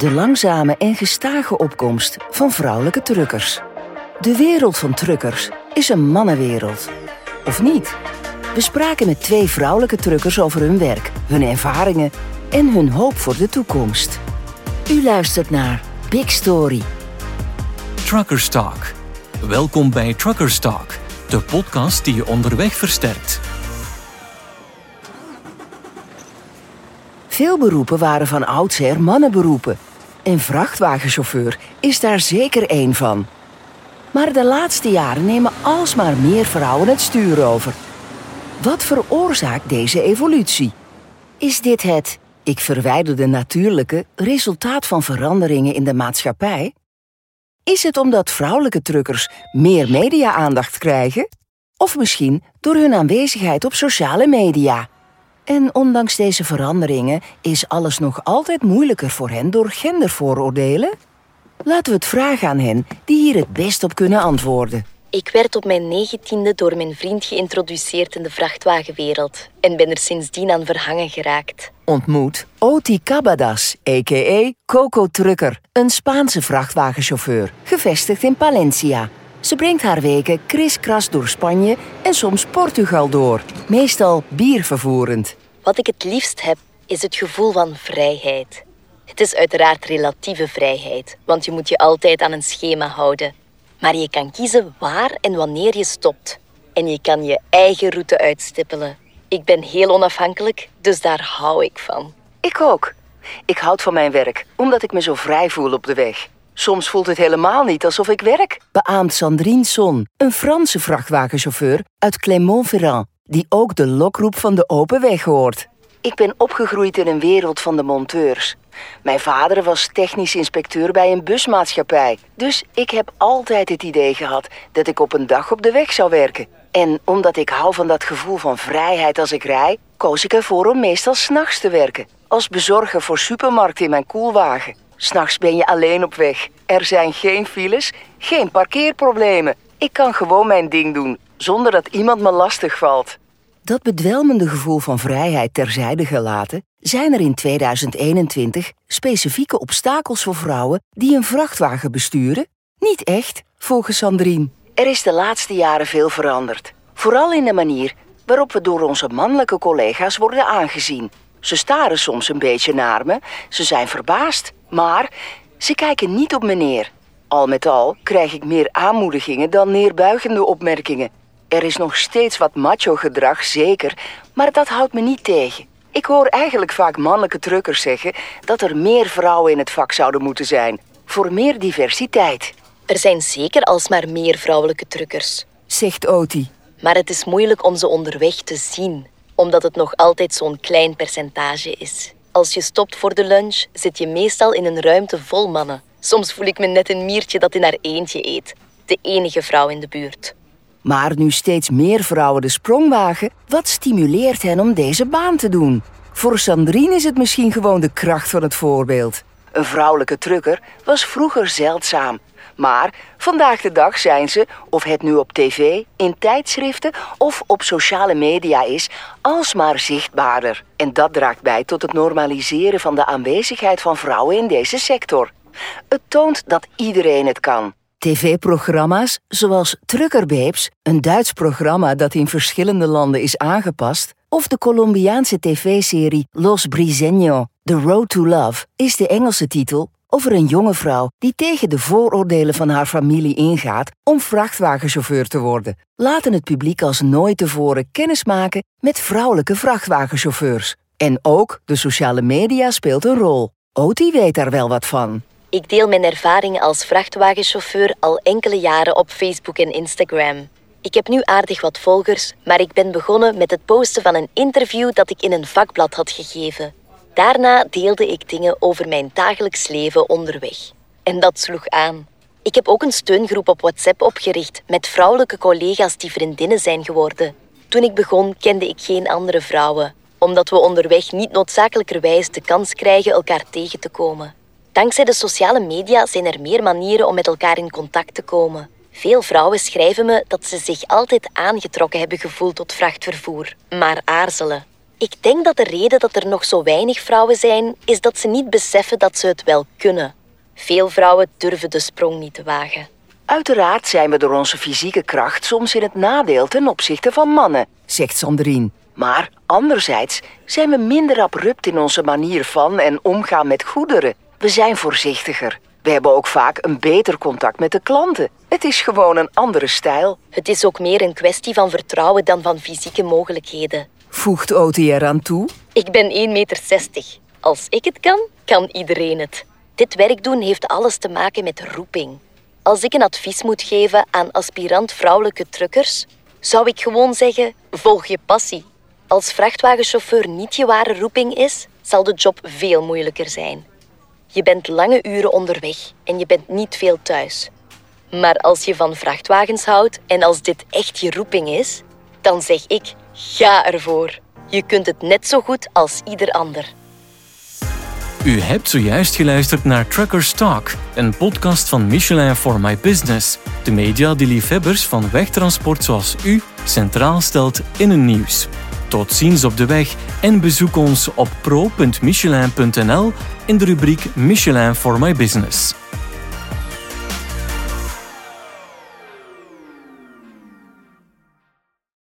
De langzame en gestage opkomst van vrouwelijke truckers. De wereld van truckers is een mannenwereld. Of niet? We spraken met 2 vrouwelijke truckers over hun werk, hun ervaringen en hun hoop voor de toekomst. U luistert naar Big Story. Truckers Talk. Welkom bij Truckers Talk, de podcast die je onderweg versterkt. Veel beroepen waren van oudsher mannenberoepen. En vrachtwagenchauffeur is daar zeker één van. Maar de laatste jaren nemen alsmaar meer vrouwen het stuur over. Wat veroorzaakt deze evolutie? Is dit het, ik verwijder de natuurlijke, resultaat van veranderingen in de maatschappij? Is het omdat vrouwelijke truckers meer media-aandacht krijgen? Of misschien door hun aanwezigheid op sociale media? En ondanks deze veranderingen is alles nog altijd moeilijker voor hen door gendervooroordelen? Laten we het vragen aan hen die hier het best op kunnen antwoorden. Ik werd op mijn 19e door mijn vriend geïntroduceerd in de vrachtwagenwereld en ben er sindsdien aan verhangen geraakt. Ontmoet Oti Cabadas, a.k.a. Coco Trucker, een Spaanse vrachtwagenchauffeur, gevestigd in Palencia. Ze brengt haar weken kriskras door Spanje en soms Portugal door, meestal biervervoerend. Wat ik het liefst heb, is het gevoel van vrijheid. Het is uiteraard relatieve vrijheid, want je moet je altijd aan een schema houden. Maar je kan kiezen waar en wanneer je stopt. En je kan je eigen route uitstippelen. Ik ben heel onafhankelijk, dus daar hou ik van. Ik ook. Ik houd van mijn werk, omdat ik me zo vrij voel op de weg. Soms voelt het helemaal niet alsof ik werk, beaamt Sandrine Son, een Franse vrachtwagenchauffeur uit Clermont-Ferrand, die ook de lokroep van de open weg hoort. Ik ben opgegroeid in een wereld van de monteurs. Mijn vader was technisch inspecteur bij een busmaatschappij. Dus ik heb altijd het idee gehad dat ik op een dag op de weg zou werken. En omdat ik hou van dat gevoel van vrijheid als ik rij, koos ik ervoor om meestal 's nachts te werken. Als bezorger voor supermarkten in mijn koelwagen. 's Nachts ben je alleen op weg. Er zijn geen files, geen parkeerproblemen. Ik kan gewoon mijn ding doen, zonder dat iemand me lastig valt. Dat bedwelmende gevoel van vrijheid terzijde gelaten, zijn er in 2021 specifieke obstakels voor vrouwen die een vrachtwagen besturen? Niet echt, volgens Sandrine. Er is de laatste jaren veel veranderd. Vooral in de manier waarop we door onze mannelijke collega's worden aangezien. Ze staren soms een beetje naar me, ze zijn verbaasd, maar ze kijken niet op me neer. Al met al krijg ik meer aanmoedigingen dan neerbuigende opmerkingen. Er is nog steeds wat macho-gedrag, zeker, maar dat houdt me niet tegen. Ik hoor eigenlijk vaak mannelijke truckers zeggen dat er meer vrouwen in het vak zouden moeten zijn. Voor meer diversiteit. Er zijn zeker alsmaar meer vrouwelijke truckers, Zegt Oti. maar het is moeilijk om ze onderweg te zien, omdat het nog altijd zo'n klein percentage is. Als je stopt voor de lunch, zit je meestal in een ruimte vol mannen. Soms voel ik me net een miertje dat in haar eentje eet. De enige vrouw in de buurt. Maar nu steeds meer vrouwen de sprong wagen, wat stimuleert hen om deze baan te doen? Voor Sandrine is het misschien gewoon de kracht van het voorbeeld. Een vrouwelijke trucker was vroeger zeldzaam. Maar vandaag de dag zijn ze, of het nu op tv, in tijdschriften of op sociale media is, alsmaar zichtbaarder. En dat draagt bij tot het normaliseren van de aanwezigheid van vrouwen in deze sector. Het toont dat iedereen het kan. TV-programma's zoals Trucker Babes, een Duits programma dat in verschillende landen is aangepast, of de Colombiaanse tv-serie Los Briseños, The Road to Love, is de Engelse titel over een jonge vrouw die tegen de vooroordelen van haar familie ingaat om vrachtwagenchauffeur te worden, laten het publiek als nooit tevoren kennismaken met vrouwelijke vrachtwagenchauffeurs. En ook de sociale media speelt een rol. Oti weet daar wel wat van. Ik deel mijn ervaringen als vrachtwagenchauffeur al enkele jaren op Facebook en Instagram. Ik heb nu aardig wat volgers, maar ik ben begonnen met het posten van een interview dat ik in een vakblad had gegeven. Daarna deelde ik dingen over mijn dagelijks leven onderweg. En dat sloeg aan. Ik heb ook een steungroep op WhatsApp opgericht met vrouwelijke collega's die vriendinnen zijn geworden. Toen ik begon kende ik geen andere vrouwen, omdat we onderweg niet noodzakelijkerwijs de kans krijgen elkaar tegen te komen. Dankzij de sociale media zijn er meer manieren om met elkaar in contact te komen. Veel vrouwen schrijven me dat ze zich altijd aangetrokken hebben gevoeld tot vrachtvervoer, maar aarzelen. Ik denk dat de reden dat er nog zo weinig vrouwen zijn, is dat ze niet beseffen dat ze het wel kunnen. Veel vrouwen durven de sprong niet te wagen. Uiteraard zijn we door onze fysieke kracht soms in het nadeel ten opzichte van mannen, zegt Sandrine. Maar anderzijds zijn we minder abrupt in onze manier van en omgaan met goederen. We zijn voorzichtiger. We hebben ook vaak een beter contact met de klanten. Het is gewoon een andere stijl. Het is ook meer een kwestie van vertrouwen dan van fysieke mogelijkheden. Voegt OTR aan toe? Ik ben 1,60 meter. Als ik het kan, kan iedereen het. Dit werk doen heeft alles te maken met roeping. Als ik een advies moet geven aan aspirant vrouwelijke truckers, zou ik gewoon zeggen, volg je passie. Als vrachtwagenchauffeur niet je ware roeping is, zal de job veel moeilijker zijn. Je bent lange uren onderweg en je bent niet veel thuis. Maar als je van vrachtwagens houdt en als dit echt je roeping is, dan zeg ik, ga ervoor. Je kunt het net zo goed als ieder ander. U hebt zojuist geluisterd naar Truckers Talk, een podcast van Michelin for My Business. De media die liefhebbers van wegtransport zoals u centraal stelt in hun nieuws. Tot ziens op de weg en bezoek ons op pro.michelin.nl in de rubriek Michelin for My Business.